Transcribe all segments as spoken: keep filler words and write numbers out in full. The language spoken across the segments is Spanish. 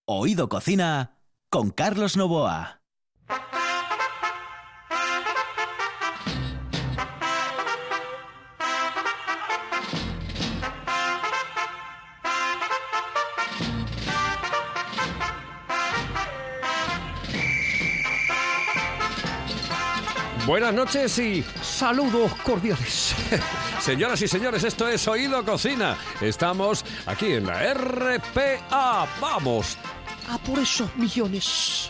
Oído Cocina con Carlos Novoa. Buenas noches y saludos cordiales. Señoras y señores, esto es Oído Cocina. Estamos aquí en la R P A. ¡Vamos a por esos millones!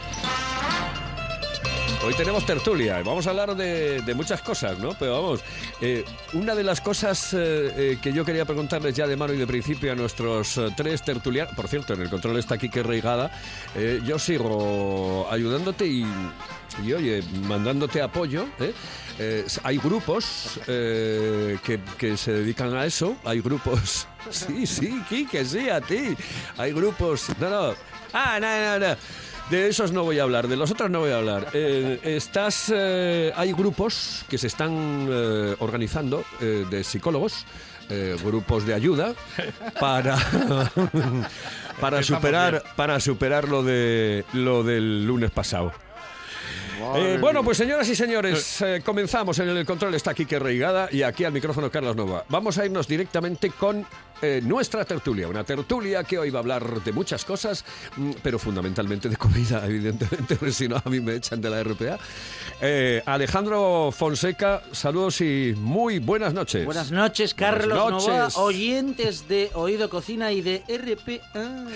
Hoy tenemos tertulia y vamos a hablar de, de muchas cosas, ¿no? Pero vamos, eh, una de las cosas eh, eh, que yo quería preguntarles ya de mano y de principio a nuestros eh, tres tertulianos, por cierto, en el control está Quique Reigada, eh, yo sigo ayudándote y, y, oye, mandándote apoyo, ¿eh? Eh, hay grupos eh, que, que se dedican a eso, hay grupos... Sí, sí, Quique, sí, a ti. Hay grupos... No, no. Ah, no, no, no. De esos no voy a hablar, de los otros no voy a hablar. Eh, estás, eh, hay grupos que se están eh, organizando eh, de psicólogos, eh, grupos de ayuda para para superar para superar lo de lo del lunes pasado. Eh, bueno, pues señoras y señores, eh, comenzamos. En el control está Quique Reigada y aquí al micrófono Carlos Nova. Vamos a irnos directamente con eh, nuestra tertulia. Una tertulia que hoy va a hablar de muchas cosas, pero fundamentalmente de comida, evidentemente, porque si no a mí me echan de la R P A. Eh, Alejandro Fonseca, saludos y muy buenas noches. Buenas noches, Carlos buenas noches. Novoa, oyentes de Oído Cocina y de R P A.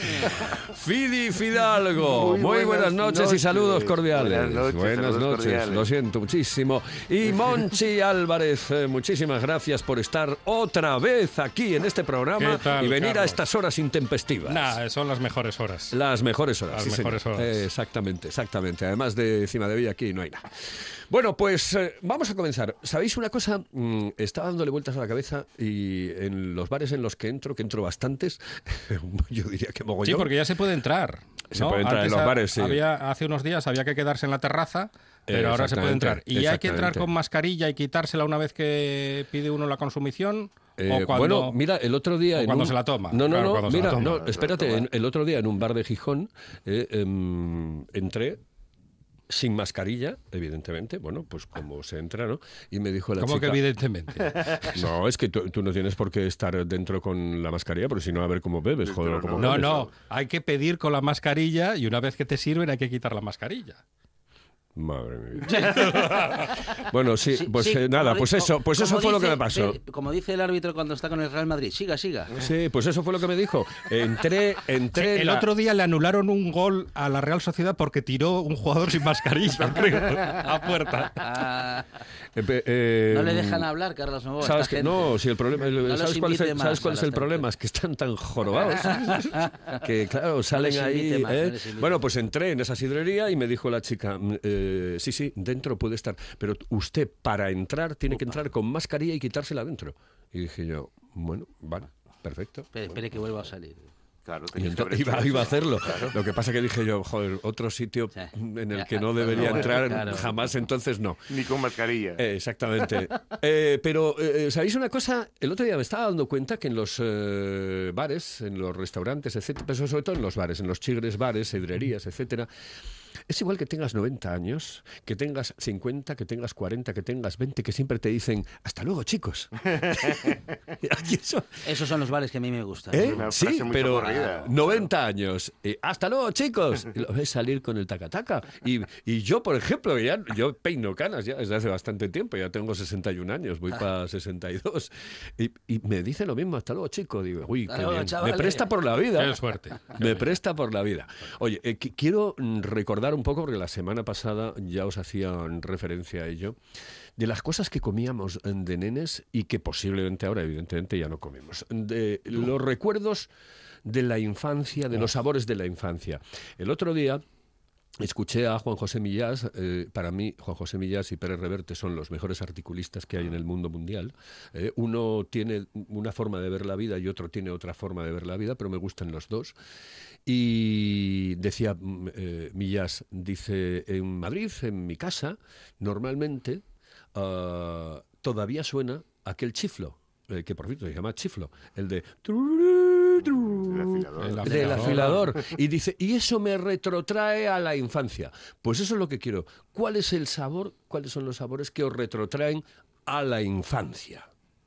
Fidi Fidalgo, muy, muy buenas, buenas noches, noches y saludos cordiales. Buenas noches. Buenas noches, cordiales. Lo siento muchísimo. Y Monchi Álvarez, eh, muchísimas gracias por estar otra vez aquí en este programa tal, y venir Carlos? a estas horas intempestivas. Nah, son las mejores horas. Las mejores horas. Las sí, mejores señor. horas. Eh, exactamente, exactamente. Además de encima de hoy aquí no hay nada. Bueno, pues eh, vamos a comenzar. ¿Sabéis una cosa? Mm, estaba dándole vueltas a la cabeza y en los bares en los que entro, que entro bastantes, yo diría que mogollón. Sí, porque ya se puede entrar. Se ¿no? puede entrar Antes en los bares, sí. Había, hace unos días había que quedarse en la terraza, pero ahora se puede entrar. ¿Y hay que entrar con mascarilla y quitársela una vez que pide uno la consumición? Eh, ¿O cuando, bueno, mira, el otro día... o en cuando un... se la toma? No, no, Claro, no, mira, no, no, espérate, no, en, el otro día en un bar de Gijón eh, eh, entré sin mascarilla, evidentemente, bueno, pues como se entra, ¿no? Y me dijo la ¿Cómo chica... que evidentemente? No, es que tú, tú no tienes por qué estar dentro con la mascarilla, porque si no, a ver cómo bebes, joder, cómo No, bebes. no, hay que pedir con la mascarilla y una vez que te sirven hay que quitar la mascarilla. Madre mía. Bueno, sí, Sí, pues sí, eh, nada, como pues di- eso, pues como eso fue lo que dice- me pasó. ve- Como dice el árbitro cuando está con el Real Madrid, siga, siga. Sí, pues eso fue lo que me dijo. Entré, entré... Sí, el la- otro día le anularon un gol a la Real Sociedad porque tiró un jugador sin mascarilla, creo, a puerta. Ah, eh, pe- eh, no le dejan hablar, Carlos Novoa. ¿Sabes esta que gente. no? Si el problema, el- No los ¿sabes cuál es el, invite ¿sabes más cuál a es las el problema? tertulias. Es que están tan jorobados que, claro, salen les invite ahí. más, ¿eh? no les invite Bueno, más. pues entré en esa sidrería y me dijo la chica, mm, eh, sí, sí, dentro puede estar, pero usted para entrar tiene que entrar con mascarilla y quitársela dentro. Y dije yo, bueno, vale, perfecto. Espere, espere que vuelva a salir. Claro, Y tenéis que entonces haber iba, hecho iba a eso. hacerlo. Lo que pasa que dije yo, joder, otro sitio Sí. en el Ya, que no claro, debería bueno, entrar claro. jamás, entonces no. Ni con mascarilla. Eh, exactamente. Eh, pero, eh, ¿sabéis una cosa? El otro día me estaba dando cuenta que en los eh, bares, en los restaurantes, etcétera, pero sobre todo en los bares, en los chigres bares, sidrerías, etcétera, es igual que tengas noventa años, que tengas cincuenta, que tengas cuarenta, que tengas veinte, que siempre te dicen, hasta luego, chicos. Y eso- Esos son los bares que a mí me gustan. ¿Eh? Una Sí, frase muy pero socorrida. noventa años. Eh, hasta luego, chicos. Y lo ves salir con el tacataca. Y, y yo, por ejemplo, ya, yo peino canas ya desde hace bastante tiempo. Ya tengo sesenta y un años, voy para sesenta y dos. Y, y me dice lo mismo, hasta luego, chico. Digo, uy, Hasta qué luego, bien. chavales. Me presta por la vida. Qué suerte. Me presta por la vida. Oye, eh, qu- quiero mm, recordar un poco, porque la semana pasada ya os hacía referencia a ello, de las cosas que comíamos eh, de nenes y que posiblemente ahora, evidentemente, ya no comemos. De los recuerdos de la infancia, de los sabores de la infancia. El otro día escuché a Juan José Millás. Eh, para mí, Juan José Millás y Pérez Reverte son los mejores articulistas que hay en el mundo mundial. Eh, uno tiene una forma de ver la vida y otro tiene otra forma de ver la vida, pero me gustan los dos. Y decía mm, eh, Millás, dice, en Madrid, en mi casa, normalmente ah, todavía suena aquel chiflo, eh, que por cierto se llama chiflo, el de... tururú, afilador. Del afilador. Y dice, y eso me retrotrae a la infancia. Pues eso es lo que quiero. ¿Cuál es el sabor? ¿Cuáles son los sabores que os retrotraen a la infancia?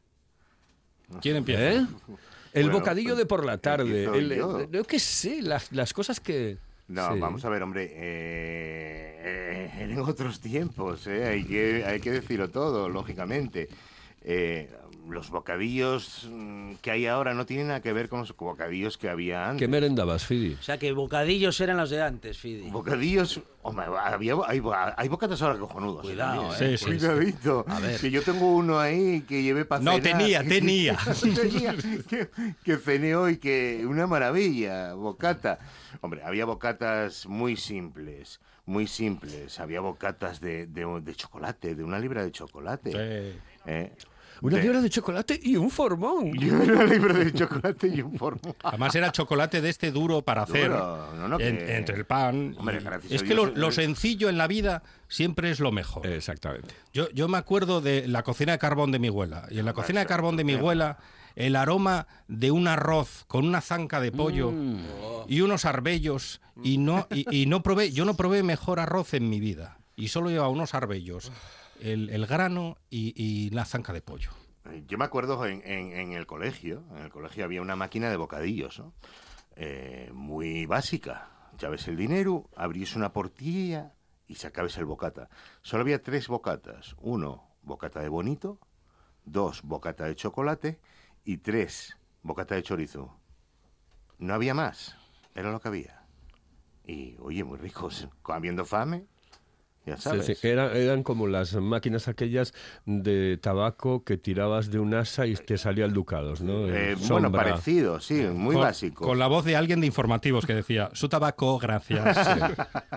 ¿Quién empieza? ¿Eh? El Bueno, bocadillo de por la tarde. El, yo. el, yo qué sé, las, las cosas que... No, sí. Vamos a ver, hombre, eh, eh, en otros tiempos, eh, hay que, hay que decirlo todo, lógicamente. Eh, los bocadillos que hay ahora no tienen nada que ver con los bocadillos que había antes. ¿Qué merendabas, Fidi? O sea, que bocadillos eran los de antes, Fidi. Bocadillos, hombre, había, hay, hay bocatas ahora cojonudos. Cuidado, eh, eh. Sí, sí, Cuidadito. A ver. Que yo tengo uno ahí que llevé para No, tenía, tenía. tenía. que, que cené hoy, que una maravilla, bocata. Hombre, había bocatas muy simples, muy simples. Había bocatas de, de, de chocolate, de una libra de chocolate. Sí. Eh, Una de- libra de chocolate y un formón. Y una libra de chocolate y un formón. Además era chocolate de este duro para hacer Duro, no, no, en- que- entre el pan. Hombre, y- gracias a es que Dios, lo, lo eh, sencillo en la vida siempre es lo mejor. Exactamente. Yo, yo me acuerdo de la cocina de carbón de mi abuela. Y en la cocina de carbón de mi abuela, el aroma de un arroz con una zanca de pollo Mm. y unos arbellos. Y no, y, y no probé, yo no probé mejor arroz en mi vida. Y solo llevaba unos arbellos, el, el grano y, y la zanca de pollo. Yo me acuerdo en, en, en el colegio, en el colegio había una máquina de bocadillos, ¿no? Eh, muy básica. Llaves el dinero, abrís una portilla y sacabes el bocata. Solo había tres bocatas. Uno, bocata de bonito. Dos, bocata de chocolate. Y tres, bocata de chorizo. No había más. Era lo que había. Y, oye, muy ricos. Habiendo fame, ya sabes. Sí, sí. Era- eran como las máquinas aquellas de tabaco que tirabas de un asa y te salía el ducados, ¿no? En Eh, bueno, sombra. parecido, sí, muy con, básico. Con la voz de alguien de informativos que decía, su tabaco, gracias.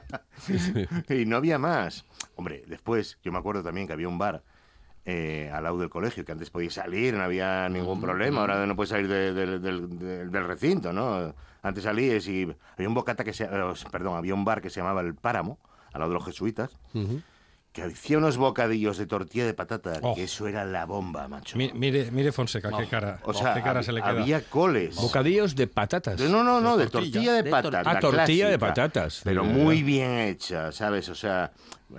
Y no había más. Hombre, después, yo me acuerdo también que había un bar eh, al lado del colegio, que antes podías salir, no había ningún problema, ahora no puedes salir de- de- del- del- del recinto, ¿no? Antes salías y había un bocata que se, eh, perdón, había un bar que se llamaba El Páramo, al lado de los jesuitas, Ujú. que hacía unos bocadillos de tortilla de patata, Oh. que eso era la bomba, macho. Mi- mire, mire Fonseca, qué cara, O sea, qué cara hab- se le queda. había coles. Bocadillos de patatas. De- No, no, no, de, De tortilla, tortilla. de De patata. tortilla. Ah, la tortilla de clásica, patatas. Pero De- muy bien hecha, ¿sabes? O sea,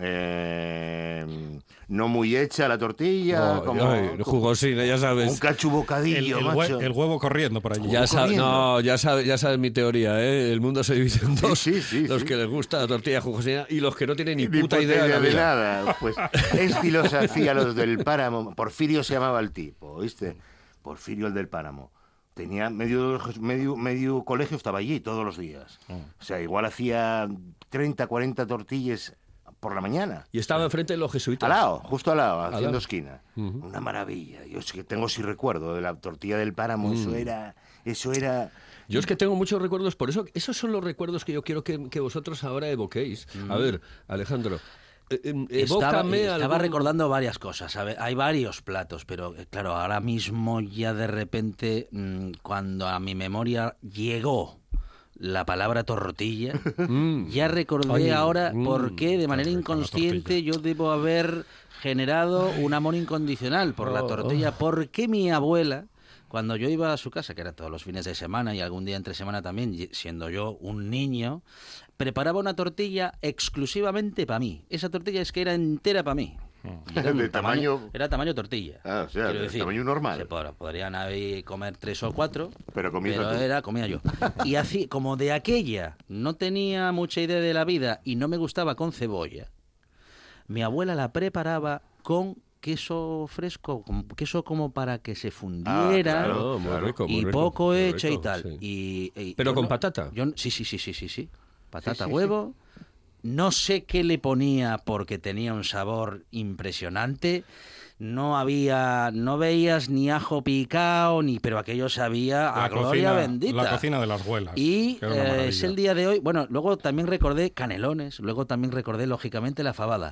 eh, no muy hecha la tortilla, Oh, como, ay, jugosina, ya sabes. un cachu el, bocadillo, el macho. hue- el huevo corriendo por allí. Ya sabes, corriendo. no, ya sabes, ya sabes mi teoría, ¿eh? El mundo se divide en dos. sí, sí, los sí. que les gusta la tortilla jugosina y los que no tienen ni, Ni puta idea de la vida. nada. Pues estilos hacía los del Páramo. Porfirio se llamaba el tipo, ¿viste? Porfirio el del Páramo. Tenía medio, medio, medio colegio, estaba allí todos los días. O sea, igual hacía treinta, cuarenta tortillas por la mañana. Y estaba enfrente de los jesuitas. Al lado, justo al lado, haciendo lado. esquina. Ujú. Una maravilla. Yo es que tengo sí recuerdo de la tortilla del Páramo. Eso era... Eso era... Yo es que tengo muchos recuerdos, por eso esos son los recuerdos que yo quiero que, que vosotros ahora evoquéis. A ver, Alejandro, eh, eh, Estaba, evócame estaba algún- recordando varias cosas. A ver, hay varios platos, pero eh, claro, ahora mismo ya de repente, mm, cuando a mi memoria llegó la palabra tortilla, Mm. ya recordé Ay, ahora mm, por qué de manera qué rica la inconsciente yo debo haber generado un amor incondicional por la Oh, tortilla, porque mi abuela, cuando yo iba a su casa, que era todos los fines de semana y algún día entre semana también, y- siendo yo un niño, preparaba una tortilla exclusivamente para mí. Esa tortilla es que era entera para mí. Y era un De tamaño- Era tamaño tortilla. Ah, o sea, Quiero de tamaño normal. se pod- podrían ahí comer tres o cuatro, Pero comías tú. era, comía yo. Y así, como de aquella no tenía mucha idea de la vida y no me gustaba con cebolla, mi abuela la preparaba con queso fresco, con queso como para que se fundiera. Ah, claro, Oh, muy claro. rico, muy Y rico, poco muy hecho y rico, tal. sí. Y, y ¿Pero yo con no- patata? yo no- sí, sí, sí, sí, sí, sí. Patata, Sí, sí, huevo. No sé qué le ponía porque tenía un sabor impresionante. No había, no veías ni ajo picado, ni, pero aquello sabía a La gloria cocina, bendita. la cocina de las abuelas. Y que era una eh, es maravilla. el día de hoy. Bueno, luego también recordé canelones, luego también recordé, lógicamente, la fabada.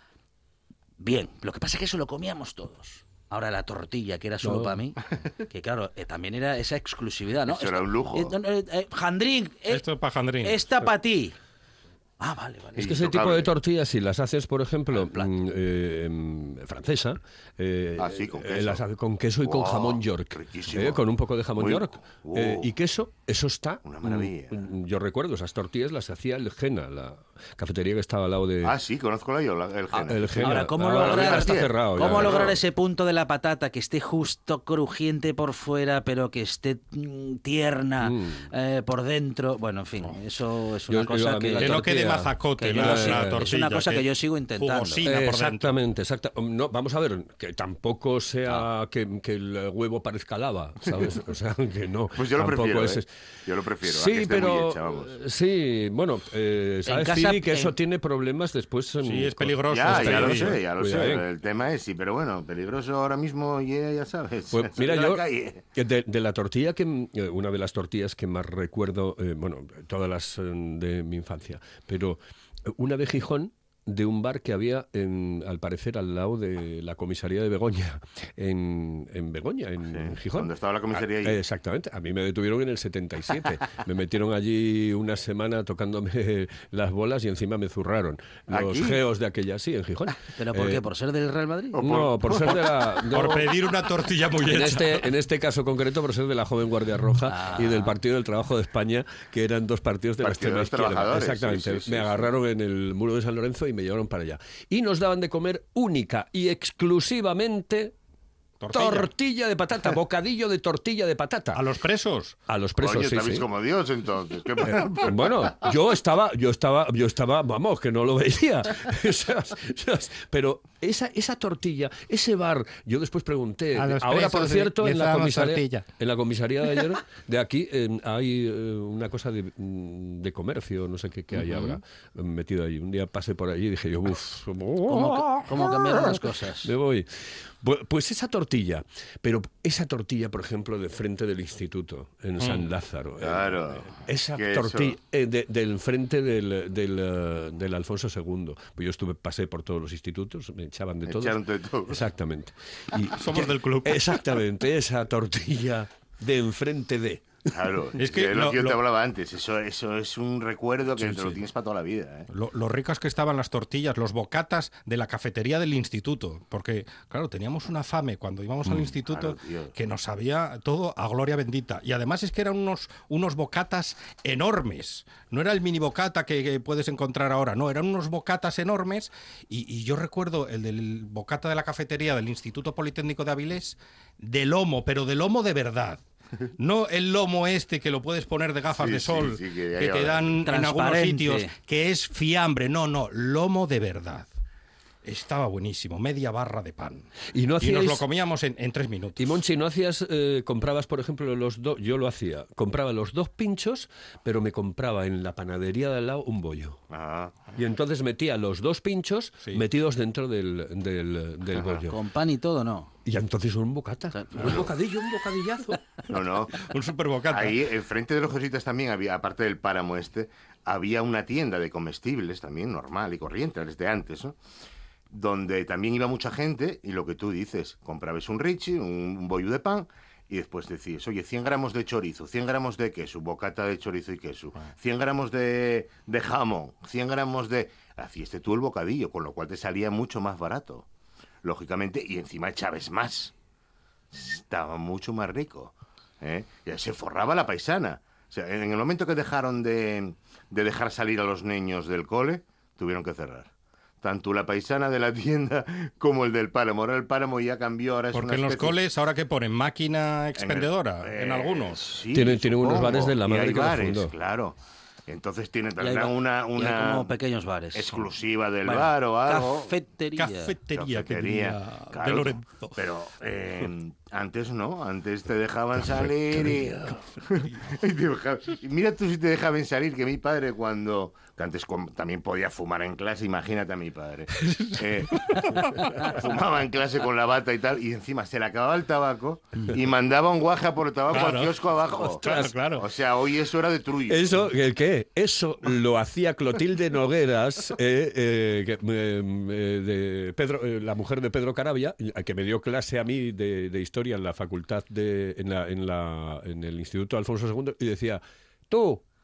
Bien, lo que pasa es que eso lo comíamos todos. Ahora la tortilla, que era solo No. para mí, que claro, eh, también era esa exclusividad, ¿no? Eso era un lujo. eh, no, eh, eh, Jandrín, eh, Esto es para Jandrín. esta para ti. Ah, vale, vale. Es que ese Intocable. tipo de tortillas, si las haces, por ejemplo, En plato. mm, eh, em, francesa, eh, Ah, sí, con eh, queso. las hace con queso y con Wow, jamón York, riquísimo. eh, con un poco de jamón Muy- York wow. eh, y queso, eso está... Una maravilla. mm, Yo recuerdo, esas tortillas las hacía el Gena, la cafetería que estaba al lado de... Ah, sí, conozco la yo, la- el Ah, Gena. el Gena. Ahora, ¿cómo Ahora lograr, está cerrado ya. ¿cómo lograr Claro. ese punto de la patata que esté justo crujiente por fuera, pero que esté mm, tierna Mm. eh, por dentro? Bueno, en fin, eso es Yo- una yo cosa a mí que... la Que no quede tortilla- mazacote que yo la, lo sé. la Es tortilla. una cosa que yo sigo intentando. Jugosina por dentro. Exactamente, exacta. No, vamos a ver, que tampoco sea que, que el huevo parezca lava, ¿sabes? O sea, que no. Pues yo lo tampoco prefiero, es- ¿eh? Yo lo prefiero, a Sí, que esté muy pero hecha, vamos. sí, bueno, eh, sabes, casa, Fili, que eso en- tiene problemas después. en- Sí, es con- peligroso. Ya, es ya lo peligroso. sé, ya lo Cuidado, sé. ¿eh? El tema es sí, pero bueno, peligroso ahora mismo, ya, ya sabes. Pues salir mira, a la yo calle. que de, de la tortilla que eh, una de las tortillas que más recuerdo, eh, bueno, todas las eh, de mi infancia, pero eh, una de Gijón, de un bar que había, en, al parecer, al lado de la comisaría de Begoña, en, en Begoña, en Sí, Gijón. donde estaba la comisaría Ah, ahí. eh, exactamente. A mí me detuvieron en el setenta y siete. Me metieron allí una semana tocándome las bolas y encima me zurraron. Los ¿Aquí? geos de aquella, sí, en Gijón. ¿Pero por Eh, qué? ¿Por ser del Real Madrid? o No, por ser de la... no, Por pedir una tortilla muy en hecha. este, en este caso concreto, por ser de la Joven Guardia Roja y del Partido del Trabajo de España, que eran dos partidos de la Partido extrema de los izquierda. trabajadores, Exactamente. sí, sí, me sí, agarraron en el muro de San Lorenzo y me llevaron para allá. Y nos daban de comer única y exclusivamente Tortilla. tortilla de patata, bocadillo de tortilla de patata. A los presos. A los presos, Coño, sí, estabais sí. como Dios entonces. ¿Qué Bueno, yo estaba, yo estaba, yo estaba, vamos, que no lo veía. Esas- esas- Pero esa, esa tortilla, ese bar, yo después pregunté. A los Ahora, por presos cierto, les en la dábamos comisaría, tortilla. en la comisaría de ayer, de aquí, eh, hay eh, una cosa de, mm, de comercio, no sé qué, qué hay ahora eh, metido allí. Un día pasé por allí y dije yo, uff, ¿Cómo, ca- cómo cambiaron las cosas? me voy. Bu- Pues esa tortilla, pero esa tortilla, por ejemplo, de frente del instituto, en San Lázaro. eh, Claro. eh, esa Que eso- tortilla eh, de- del frente del, del, eh, del Alfonso segundo. Pues yo estuve, pasé por todos los institutos, me echaban de todo. Echaron de todo. Exactamente. Y, Somos del club. Exactamente, esa tortilla de enfrente de. Claro, Es que es lo, lo- que yo te lo- hablaba antes. Eso, eso es un recuerdo que Sí, te lo sí. tienes para toda la vida. ¿eh? Lo, lo ricas que estaban las tortillas, los bocatas de la cafetería del instituto. Porque, claro, teníamos una fame cuando íbamos al instituto claro, tío. que nos sabía todo a gloria bendita. Y además es que eran unos, unos bocatas enormes. No era el mini bocata que, que puedes encontrar ahora, no, eran unos bocatas enormes. Y, y yo recuerdo el del bocata de la cafetería del Instituto Politécnico de Avilés, de lomo, pero de lomo de verdad. No el lomo este que lo puedes poner de gafas Sí, de sí, sol, sí, que que, ya- te dan en algunos Transparente. sitios, que es fiambre. No, no, lomo de verdad. Estaba buenísimo, media barra de pan. Y no nos hacíais- lo comíamos en, en tres minutos. Y Monchi, ¿no hacías, eh, comprabas, por ejemplo, los dos, yo lo hacía, compraba los dos pinchos, pero me compraba en la panadería de al lado un bollo. Ah, Y entonces metía los dos pinchos Sí. metidos dentro del, del, del bollo. Con pan y todo, no. Y entonces un bocata, un bocadillo, un bocadillazo. no, no. Un super bocata. Ahí, enfrente de los Jositas también había, aparte del páramo este, había una tienda de comestibles también, normal y corriente, desde antes, ¿no? Donde también iba mucha gente y lo que tú dices, comprabas un Richie, un, un bollo de pan y después decís, oye, cien gramos de chorizo, cien gramos de queso, bocata de chorizo y queso, cien gramos de, de jamón, cien gramos de... Hacías tú el bocadillo, con lo cual te salía mucho más barato, lógicamente, y encima echabas más. Estaba mucho más rico. ¿eh? Y se forraba la paisana. O sea, en el momento que dejaron de, de dejar salir a los niños del cole, tuvieron que cerrar. Tanto la paisana de la tienda como el del páramo. Ahora el páramo ya cambió. Ahora es Porque una en los especie- coles, ahora que ponen máquina en el- expendedora, en, eh, algunos. sí, Tienen- tienen unos supongo. bares de la Y madre hay que los bares, fundó. claro. Entonces tienen Y hay tendrán ba- una, y hay una como pequeños bares. exclusiva del Bueno, bar o algo. Cafetería. Cafetería, que Cafetería, diría claro, de Lorenzo. Pero eh, antes no, antes te dejaban salir y... y te dejaban- y mira tú si te dejaban salir, que mi padre cuando... que antes com- también podía fumar en clase, imagínate a mi padre. Eh, fumaba en clase con la bata y tal, y encima se le acababa el tabaco y mandaba un guaje por el tabaco Claro. al kiosco abajo. Claro, claro. O sea, hoy eso era de trullo. Eso, ¿el qué? Eso lo hacía Clotilde Nogueras, eh, eh, que, eh, eh, de Pedro, eh, la mujer de Pedro Carabia, que me dio clase a mí de, de historia en la facultad, de, en, la, en, la, en el Instituto Alfonso segundo, y decía, tú,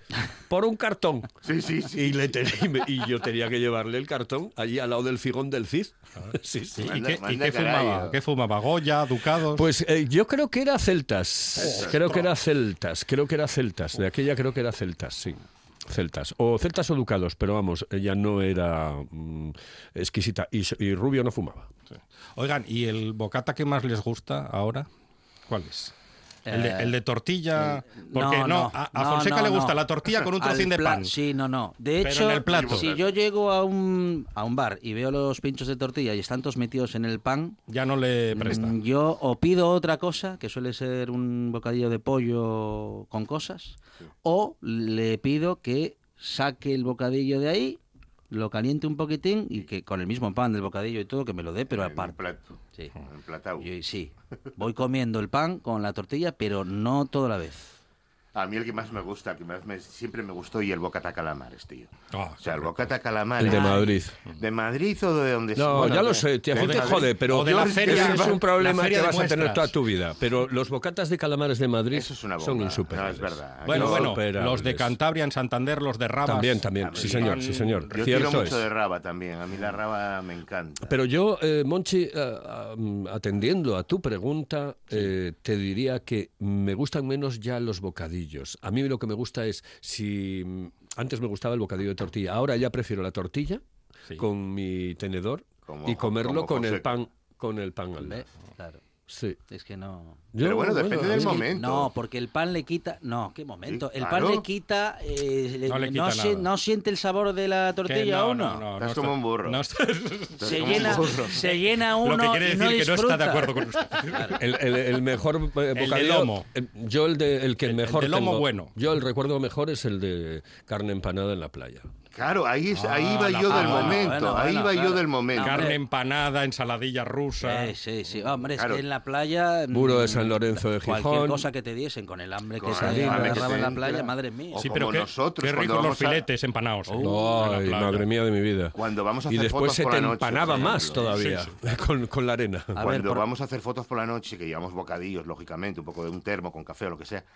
por un cartón. Sí, sí, sí. Y, le ten- y me- y yo tenía que llevarle el cartón allí al lado del figón del Cid. Sí, sí. ¿Y Manda- qué, y manda qué carajo. fumaba? ¿Qué fumaba? ¿Goya? ¿Ducados? Pues eh, yo creo que era celtas. Creo que era celtas. Creo que era celtas. De aquella creo que era celtas, sí. Celtas. O celtas o ducados, pero vamos, ella no era mm, exquisita. Y, y Rubio no fumaba. Oigan, ¿y el bocata que más les gusta ahora? ¿Cuál es? El de, Eh, el de tortilla. eh, Porque no, no, a, a no, Fonseca no, le gusta no. la tortilla con un trocín Al de pla- pan. Sí, no, no. De Pero hecho, en el plato. si yo llego a un, a un bar y veo los pinchos de tortilla y están todos metidos en el pan, Ya no le presta. mm, yo o pido otra cosa, que suele ser un bocadillo de pollo con cosas, o le pido que saque el bocadillo de ahí, lo caliente un poquitín y que con el mismo pan del bocadillo y todo, que me lo dé, pero En un aparte. plato. Sí. Emplatado. Yo- sí, voy comiendo el pan con la tortilla, pero no toda la vez. A mí el que más me gusta, el que más me- siempre me gustó, y el bocata calamares, tío. Ah, O sea, el bocata calamares. El de Madrid. ¿De Madrid o de donde sea? No, Bueno, ya lo de- sé, te, a de ti te Madrid. jode, pero o de la ese feria- es un problema la feria que de vas a tener muestras. toda tu vida. Pero los bocatas de calamares de Madrid Eso es una bomba. son No, insuperables. es verdad. Bueno, Yo- bueno, Insuperables. los de Cantabria en Santander, los de Rabas. También, también, sí señor, sí señor. Yo Cierto tiro es. mucho de raba también. A mí la raba me encanta. Pero yo, eh, Monchi, eh, ah, mm, atendiendo a tu pregunta, eh, te diría que me gustan menos ya los bocadillos. A mí lo que me gusta es, si mm, antes me gustaba el bocadillo de tortilla, ahora ya prefiero la tortilla Sí. con mi tenedor Como- y comerlo como con el José. pan, con el pan al ¿Ve? lado. Claro. Sí. Es que no. Pero Yo, bueno, depende a del mí- momento. No, porque el pan le quita. No, qué momento. Sí, el claro. pan le quita. eh, le- No le quita si- nada. no siente el sabor de la Que tortilla no, o no. no, no, Estás no como está- un burro. no está- Se, como un llena, burro. se llena uno Lo que quiere y decir no que no disfruta. está de acuerdo con usted. El, el- el mejor eh, bocadillo. lomo. el- yo el de el que El- el mejor de lomo tengo- bueno. Yo el recuerdo mejor es el de carne empanada en la playa. Claro, ahí, es, ahí Ah, iba la yo del pava. momento. Bueno, ahí bueno, iba yo claro. del momento. No, Carne hombre. empanada, ensaladilla rusa. Sí, sí, sí. Hombre, Claro. es que en la playa. Muro de mm, San Lorenzo de Cualquier Gijón. cosa que te diesen con el hambre que Con se el hambre que agarraba te en la entra. playa, madre mía. O Sí, como pero qué, nosotros, qué cuando ricos los vamos a- filetes empanados. ¿eh? En la Ay, playa. madre mía de mi vida. Cuando vamos a Y hacer después fotos se por te la noche, empanaba por más ejemplo. todavía con, con la arena. A ver, Cuando por- vamos a hacer fotos por la noche, que llevamos bocadillos, lógicamente, un poco de un termo con café o lo que sea.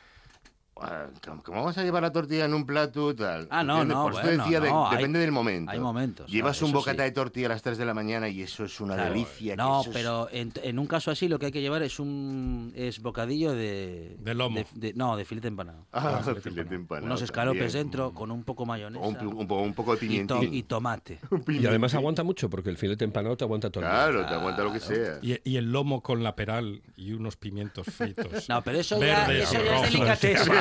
ah, ¿Cómo vamos a llevar la tortilla en un plato tal? Ah, no, ¿Entiendes? no, Por eso bueno, decía, de- no, hay- depende del momento. hay momentos, Llevas no, un eso bocata sí. de tortilla a las tres de la mañana y eso es una Claro. delicia. que No, eso es- pero en, en un caso así lo que hay que llevar es un es bocadillo de... De lomo. de- de- no, de filete empanado. Ah, filete filete empanado Unos escalopes también. dentro con un poco mayonesa O un, un poco, un poco de y, to- pimientín. y tomate. Y además aguanta mucho porque el filete empanado te aguanta todo el día. Claro, te aguanta lo que sea. Y, y el lomo con la peral y unos pimientos fritos. No, pero eso ya, Verdes eso y ya es rojos. delicatessen.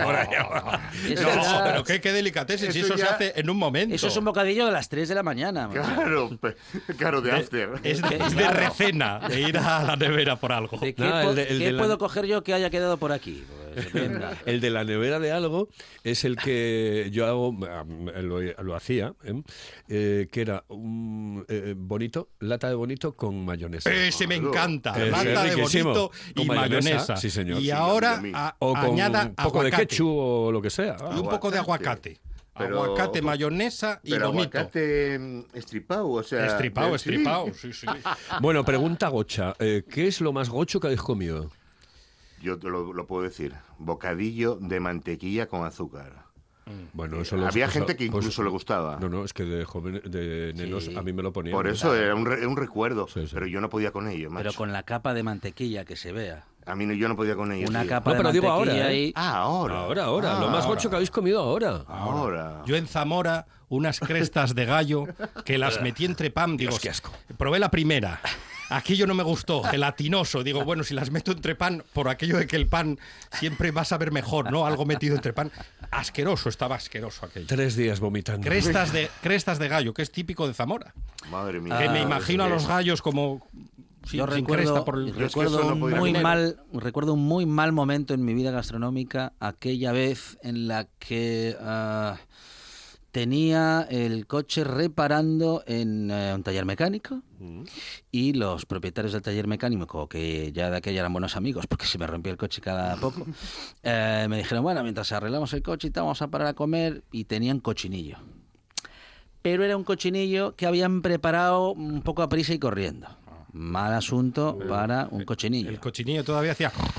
Eso, No, ya- pero qué, qué delicatessen, si Eso eso se ya- hace en un momento. eso es un bocadillo de las tres de la mañana. macho. Claro, pe- claro, de after. Es de, es de recena, de ir a la nevera por algo. ¿De qué, No, el po- de- el qué de la- puedo coger yo que haya quedado por aquí? Pues, venga. El de la nevera de algo es el que yo hago, eh, lo, lo hacía, ¿eh? Eh, que era un eh, bonito, lata de bonito con mayonesa. Ese me encanta. Ese Lata es de riquísimo. bonito y Con mayonesa, mayonesa. sí, señor. Y Sí, ahora a mí, a mí. a- O con añada un poco de aguacate. ketchup o lo que sea. Y un poco de aguacate. Pero- Aguacate, mayonesa y Pero bonito. aguacate mm, estripado, o sea... Estripado, de- estripado, sí, sí. Bueno, pregunta gocha. eh, ¿Qué es lo más gocho que habéis comido? Yo te lo, lo puedo decir. Bocadillo de mantequilla con azúcar. Bueno, eso lo- Había eso- gente que pues- incluso le gustaba. No, no, es que de joven, de nenos Sí. a mí me lo ponían. Por eso era un, re- un recuerdo, Sí, sí. pero yo no podía con ello, macho. Pero con la capa de mantequilla que se vea. A mí no, yo no podía con ello. Una tío. capa No, de pero digo mantequilla ahora, ¿eh? ahí. Ah, ahora. Ahora, ahora. Ah, lo más ahora. gocho que habéis comido ahora. Ahora. Yo en Zamora, unas crestas de gallo que las metí entre pan. Digo, Dios, qué asco. probé la primera. Aquello no me gustó, gelatinoso. Digo, bueno, si las meto entre pan, por aquello de que el pan siempre va a saber mejor, ¿no? Algo metido entre pan. Asqueroso, estaba asqueroso aquello. Tres días vomitando. Crestas de, crestas de gallo, que es típico de Zamora. Madre mía. Que me Ah, imagino a sí. los gallos como sin, Yo sin recuerdo, cresta por el... Yo es que recuerdo, eso no un podía muy comer. mal, recuerdo un muy mal momento en mi vida gastronómica, aquella vez en la que ah, tenía el coche reparando en eh, un taller mecánico y los propietarios del taller mecánico, que ya de aquella eran buenos amigos porque se me rompía el coche cada poco, eh, me dijeron, bueno, mientras arreglamos el coche y tal, vamos a parar a comer, y tenían cochinillo. Pero era un cochinillo que habían preparado un poco a prisa y corriendo. Mal asunto para un cochinillo. El cochinillo todavía hacía...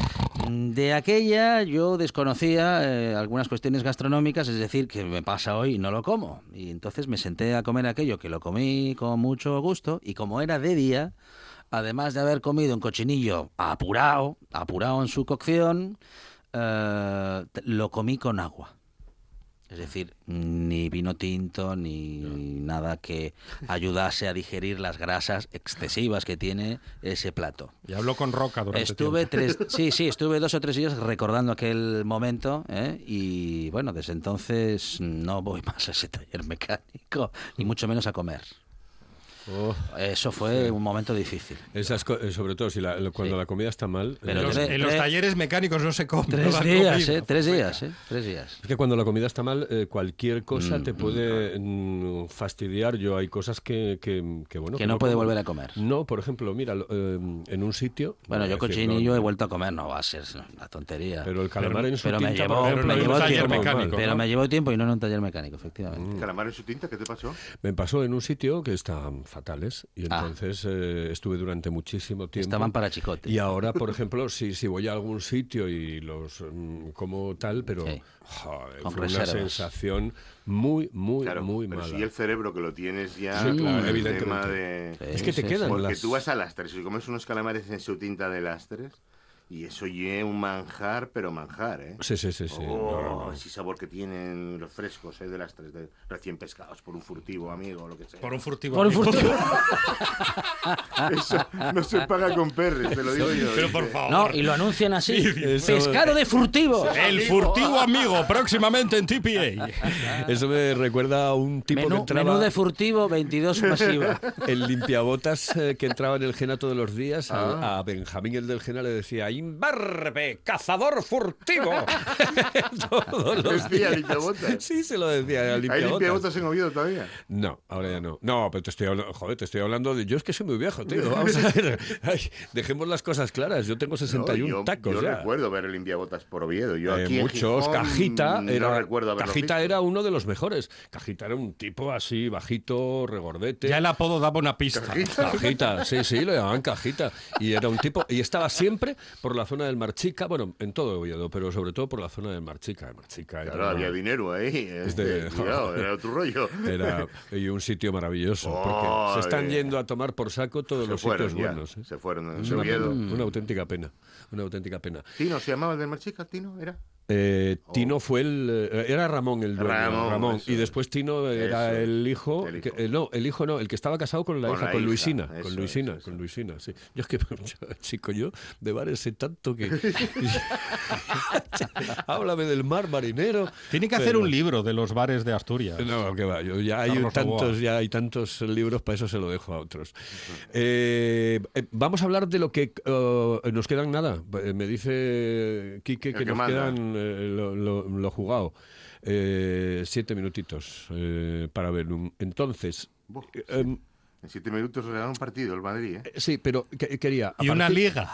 De aquella yo desconocía eh, algunas cuestiones gastronómicas, es decir, que me pasa hoy y no lo como. Y entonces me senté a comer aquello que lo comí con mucho gusto y como era de día, además de haber comido un cochinillo apurado, apurado en su cocción, eh, lo comí con agua. Es decir, ni vino tinto ni no. nada que ayudase a digerir las grasas excesivas que tiene ese plato. Y habló con Roca durante Estuve tiempo. tres, sí, sí, estuve dos o tres días recordando aquel momento, ¿eh? Y bueno, desde entonces no voy más a ese taller mecánico, ni mucho menos a comer. Oh, Eso fue sí. un momento difícil. Esas co- sobre todo si la, cuando Sí. la comida está mal. Pero eh, En los, tres- en los tres- talleres mecánicos no se come. Tres no dan días, comida. ¿eh? Tres días, ¿eh? Tres días. Es que cuando la comida está mal, eh, cualquier cosa Mm, te puede mm, fastidiar. Yo hay cosas que, que, que, bueno... Que no puede como. volver a comer. No, por ejemplo, mira, lo- eh, en un sitio... Bueno, voy a yo decirlo, cochinillo he ¿no? vuelto a comer, no va a ser una tontería. Pero el calamar Pero- en su pero me tinta, llevó- por ejemplo, me en llevó un taller tiempo, mecánico, Pero ¿no? me llevó tiempo y no en un taller mecánico, efectivamente. Mm. ¿Calamar en su tinta? ¿Qué te pasó? Me pasó en un sitio que estaban fatales y Ah. entonces eh, estuve durante muchísimo tiempo. Estaban para chicote. Y ahora, por ejemplo, si, si voy a algún sitio y los mm, como tal, pero Sí. joder, Con fue una reservas. sensación muy, muy, Claro, muy pero mala. si el cerebro que lo tienes ya Sí, con claro, el evidentemente. tema de... Sí, Es que te sí, quedan sí. Porque las... tú vas a Lastres y comes unos calamares en su tinta de Lastres y eso lleva un manjar, pero manjar, ¿eh? Sí, sí, sí, sí. Oh, No, no, no. ese sabor que tienen los frescos, ¿eh? De Lastres, de recién pescados por un furtivo amigo o lo que sea. Por un furtivo. Por un amigo. furtivo. Eso no se paga con perres, te lo digo yo. Pero ¿viste? por favor. No, y lo anuncian así. eso- Pescado de furtivo. El furtivo amigo, próximamente en T P A. Eso me recuerda a un tipo que Menú, entraba... menú de furtivo, veintidós masiva. El limpiabotas eh, que entraba en el Gena todos los días, a- Ah. a, Benjamín el del Gena le decía ¡Imberbe, cazador furtivo! Todos los Decía días. limpiabotas. Sí, se lo decía al ¿Hay limpiabotas. limpiabotas en Oviedo todavía? No, ahora ya no. No, pero te estoy hablando, joder, te estoy hablando de... Yo es que soy muy viejo, tío. Vamos a ver. Ay, dejemos las cosas claras. Yo tengo sesenta y uno No, yo, tacos yo ya. recuerdo ver el limpiabotas por Oviedo. Yo Eh, aquí en muchos. Gijón Cajita no era, recuerdo haberlo Cajita visto. era uno de los mejores. Cajita era un tipo así, bajito, regordete. Ya el apodo daba una pista. Cajita, sí, sí, lo llamaban Cajita. Y era un tipo, y estaba siempre por la zona del Marchica, bueno, en todo Oviedo, pero sobre todo por la zona del Marchica. Marchica era, Claro, había dinero ahí. Este, de- cuidado, era otro rollo. era y un sitio maravilloso, porque se están Ay. yendo a tomar por saco todos Se los fueron sitios ya, buenos. ¿eh? se fueron en Es una, Oviedo. pena, una auténtica pena, una auténtica pena. ¿Tino se llamaba el del Marchica? ¿Tino era? Eh, Oh. Tino fue el... eh, era Ramón el dueño. Ramón, Ramón. eso Y es. después Tino era Eso es. el hijo... El que- hijo. eh, no, el hijo no, el que estaba casado con la Con hija, la con hija, Luisina. eso Con es, Luisina, eso con es. Luisina, sí. Yo es que, chico, yo de bares sé tanto que... Háblame del mar marinero. Tiene que hacer pero- un libro de los bares de Asturias. No, que va, yo ya hay Carlos tantos, Novoa. ya hay tantos libros, para eso se lo dejo a otros. Eh, eh, vamos a hablar de lo que eh, nos quedan nada. Eh, Me dice Quique El que que nos manda. quedan eh, lo, lo- lo jugado. Eh, siete minutitos eh, para ver. un- Entonces, Buf, eh, em, En siete minutos regalan un partido el Madrid, ¿eh? sí, pero que- quería... a Y una partir- liga.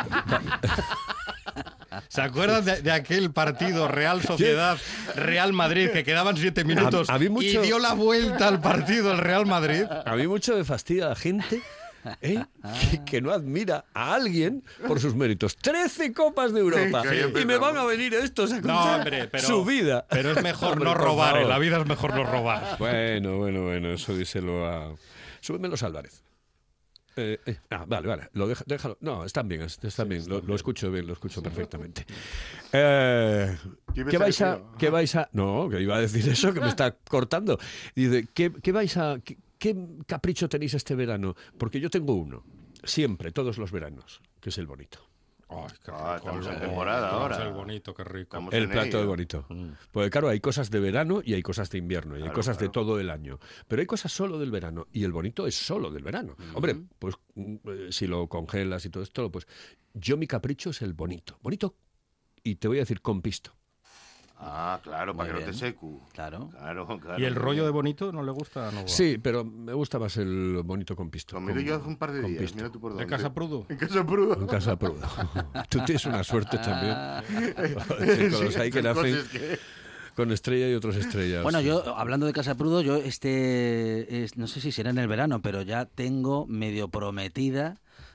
¿Se acuerdan de, de aquel partido Real Sociedad, Real Madrid, que quedaban siete minutos A- a mí mucho- y dio la vuelta al partido el Real Madrid? A mí mucho me fastidia la gente ¿eh? que, que no admira a alguien por sus méritos. Trece copas de Europa. Sí, y me van a venir estos a No, contar hombre, pero, su vida. pero es mejor Hombre, no por robar. favor. En la vida es mejor no robar. Bueno, bueno, bueno, eso díselo a... Súbemelos a Álvarez. Eh, eh, ah, vale, vale, lo deja- déjalo. No, están bien, es- están bien, lo, lo escucho bien, lo escucho perfectamente. Eh, ¿Qué me ¿Qué vais a...? sale feo? ¿Qué vais a...? No, que iba a decir eso, que me está cortando. Dice, ¿qué, qué vais a...? Qué, qué capricho tenéis este verano? Porque yo tengo uno, siempre, todos los veranos, que es el bonito. Ay, qué Ah, rico, estamos en el- temporada estamos ahora. el bonito, qué rico. Estamos El en plato de ello. bonito. Porque claro, hay cosas de verano y hay cosas de invierno, y hay Claro, cosas de claro. todo el año. Pero hay cosas solo del verano, y el bonito es solo del verano. Hombre, pues mm, eh, si lo congelas y todo esto, pues yo mi capricho es el bonito. Bonito, y te voy a decir con pisto. Ah, claro, para Muy que no te bien. secu. Claro. Claro, claro. ¿Y el rollo de bonito no le gusta? No va. Sí, pero me gusta más el bonito con pisto. Lo miré con- yo hace un par de con días, pisto. mira tú por dónde. ¿De Casa Prudo? En Casa Prudo. En casa Prudo. Tú tienes una suerte también. Sí, con los hay que Son nacen cosas que- con estrella y otros estrellas. Bueno, yo, hablando de Casa Prudo, yo este, es- no sé si será en el verano, pero ya tengo medio prometida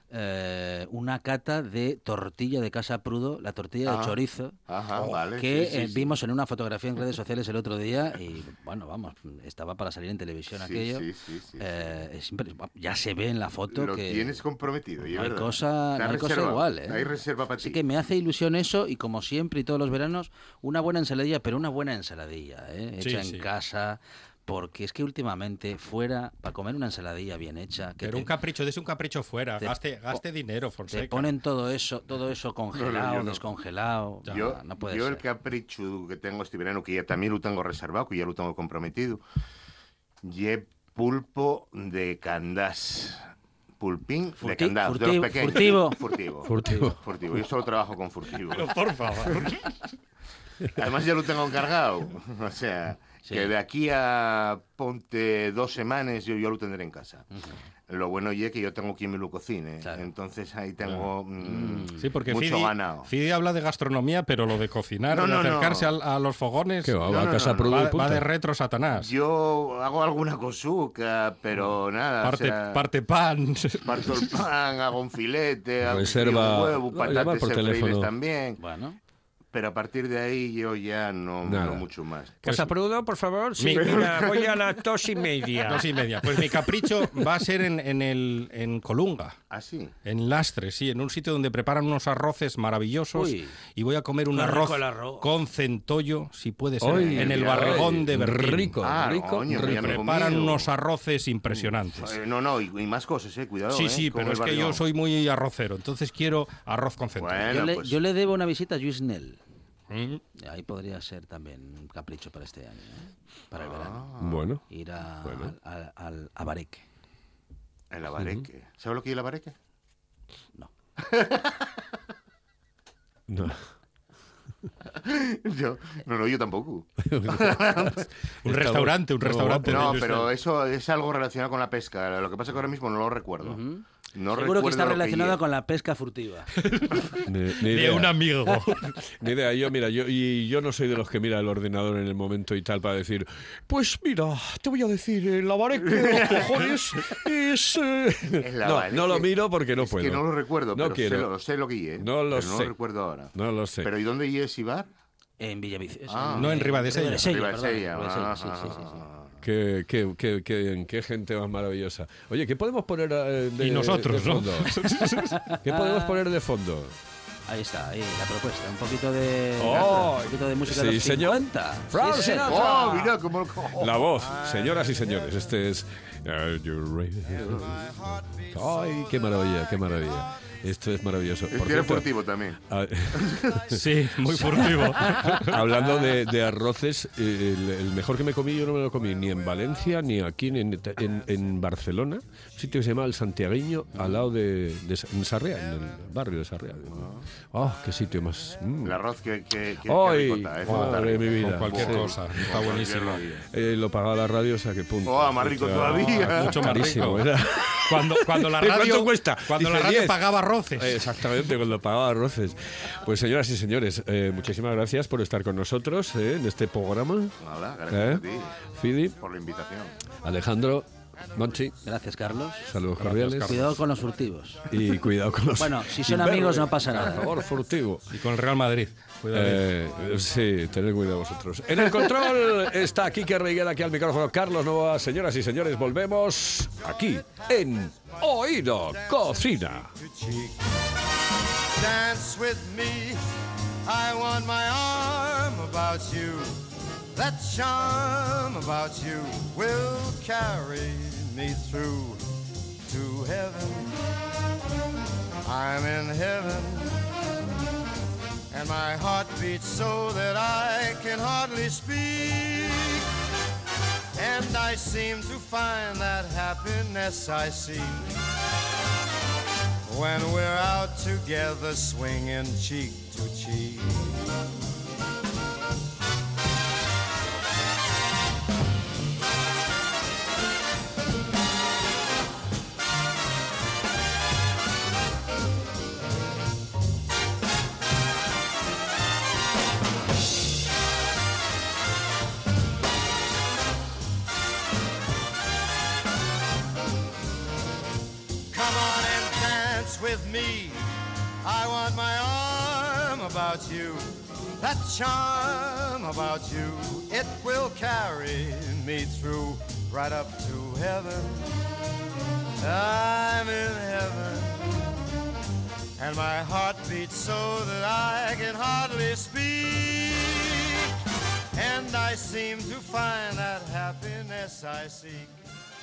eh, una cata de tortilla de Casa Prudo, la tortilla Ah, de chorizo, Ajá, vale. que sí, sí, eh, sí. vimos en una fotografía en redes sociales el otro día y, bueno, vamos, estaba para salir en televisión Sí, aquello. sí, sí, sí, Eh, es impre- ya se ve en la foto Lo que tienes comprometido, y es no hay verdad. cosa, La no hay cosa reserva, igual, ¿eh? Hay reserva para Así ti. que me hace ilusión eso y, como siempre y todos los veranos, una buena ensaladilla, pero una buena ensaladilla, ¿eh? Sí, Hecha sí. en casa, porque es que últimamente fuera, para comer una ensaladilla bien hecha, que Pero te, un capricho, des un capricho fuera, te- gaste, gaste dinero, Fonseca. te ponen todo eso, todo eso congelado, yo no. descongelado. Yo, no, no puede yo ser. el capricho que tengo este verano, que ya también lo tengo reservado, que ya lo tengo comprometido, y pulpo de Candás. Pulpín de Furti- Candás, de furtivo- los pequeños. furtivo. Furtivo. Furtivo. Furtivo. Yo solo trabajo con furtivo. Pero por favor. Además ya lo tengo encargado. O sea, Sí. que de aquí a ponte dos semanas yo, yo lo tendré en casa. Lo bueno y es que yo tengo quien me lo cocine. Claro. Entonces ahí tengo mm, Sí, porque mucho Fidi, ganado. Fidi habla de gastronomía, pero lo de cocinar, No, de no, acercarse no. al- a los fogones, ¿Qué va? No, ¿Va a no, Casa no, Prudo va, y va punto? de retro Satanás. Yo hago alguna cosuca, pero nada. parte, o sea, parte pan. parto el pan, hago un filete, hago Reserva- un huevo, no, llama patatas por freíbles teléfono. también. Bueno, Pero a partir de ahí yo ya no, Nada. no mucho más. Casa Prudo, por favor. Sí, Mi- mira, voy a las dos y media. Dos y media. Pues mi capricho va a ser en, en, el, en Colunga. Así. En Lastre, sí, en un sitio donde preparan unos arroces maravillosos. Uy. Y voy a comer un Qué arroz, rico el arroz. con centollo, si puede ser, Ay, en el ay, barrigón de Berlín. Rico, Ah, rico, coño, rico. ya me he Preparan comido. unos arroces impresionantes. Eh, no, no, y, y más cosas, eh, cuidado. Sí, eh, sí, con pero el es que yo barrigón. soy muy arrocero, entonces quiero arroz con centollo. Bueno, yo, le, pues- yo le debo una visita a Lluís Nel. Mm. Ahí podría ser también un capricho para este año, ¿eh? Para el verano. Bueno. Ir a, Bueno. al, al- a Bareque. El abareque. ¿Sabes lo que es el abareque? No. No. Yo, no, no, yo tampoco. Un restaurante, un Está restaurante. No, de- pero eso es algo relacionado con la pesca. Lo que pasa es que ahora mismo no lo recuerdo. Ujú. No Seguro que está recuerdo lo relacionado lleve. con la pesca furtiva. Ni, ni de idea. un amigo. Ni idea, yo mira, yo y yo no soy de los que mira el ordenador en el momento y tal para decir, pues mira, te voy a decir, el abareque de los cojones es... eh". El No, abareque. no lo miro porque no Es puedo. que no lo recuerdo, No pero quiero. Sé, lo, sé lo que es. No lo pero sé. No lo recuerdo ahora. No lo sé. ¿Pero y dónde es Ibar? En Villaviciosa. Ah. No, en Ribadesella. Ribadesella, perdón, Ribadesella, sí, ah, sí, sí, sí. Qué, qué, qué, qué, qué gente más maravillosa. Oye, ¿qué podemos poner eh, de, Y nosotros, de ¿no? fondo? ¿Qué podemos poner de fondo? Ahí está, ahí la propuesta. Un poquito de, Oh, un poquito de música sí, de los señor. cincuenta. Frank Sí, Sinatra. señor. ¡Oh, mira cómo... La voz, señoras y señores, este es... Are you ready? Ay, qué maravilla, qué maravilla. Esto es maravilloso. Es Por que era cierto, furtivo también. ah, Sí, muy furtivo. hablando de, de arroces, eh, el, el mejor que me comí yo no me lo comí ni en Valencia, ni aquí, ni en, en, en Barcelona. Un sitio que se llama El Santiagueño, al lado de, de en Sarriá, en el barrio de Sarriá. ¡Oh, qué sitio más! mm. El arroz que, que, que, ¡Ay! que ricota, eso está Madre rico. de mi vida! Con cualquier Sí. cosa. Está buenísimo. Eh, lo pagaba la radio, o sea, que punto. ¡Oh, más rico O sea, todavía! Mucho más carísimo, rico. era. Cuando, cuando la ¿Y cuánto radio, cuesta? Cuando Dice la radio diez. pagaba arroces. Eh, Exactamente, cuando pagaba arroces. Pues señoras y señores, eh, muchísimas gracias por estar con nosotros eh, en este programa. Nada, gracias ¿Eh? a ti Fidi, por la invitación. Alejandro, Monchi, Gracias, Carlos. saludos Gracias, cordiales. Carlos. Cuidado con los furtivos. Y cuidado con los... Bueno, si son Sin amigos verle. no pasa nada. Por favor, furtivo. Y con el Real Madrid. Cuidado. Eh, sí, tened cuidado vosotros. En el control está Quique Reiguera, aquí al micrófono Carlos Novoa. Señoras y señores, volvemos aquí en Oído Cocina. Dance with me, I want my arm about you. That charm about you will carry me through to heaven. I'm in heaven, and my heart beats so that I can hardly speak. And I seem to find that happiness I seek when we're out together swinging cheek to cheek. Come on and dance with with me. I want my arm about you. That charm about you, it will carry me through right up to heaven. I'm in heaven, and my heart beats so that I can hardly speak. And I seem to find that happiness I seek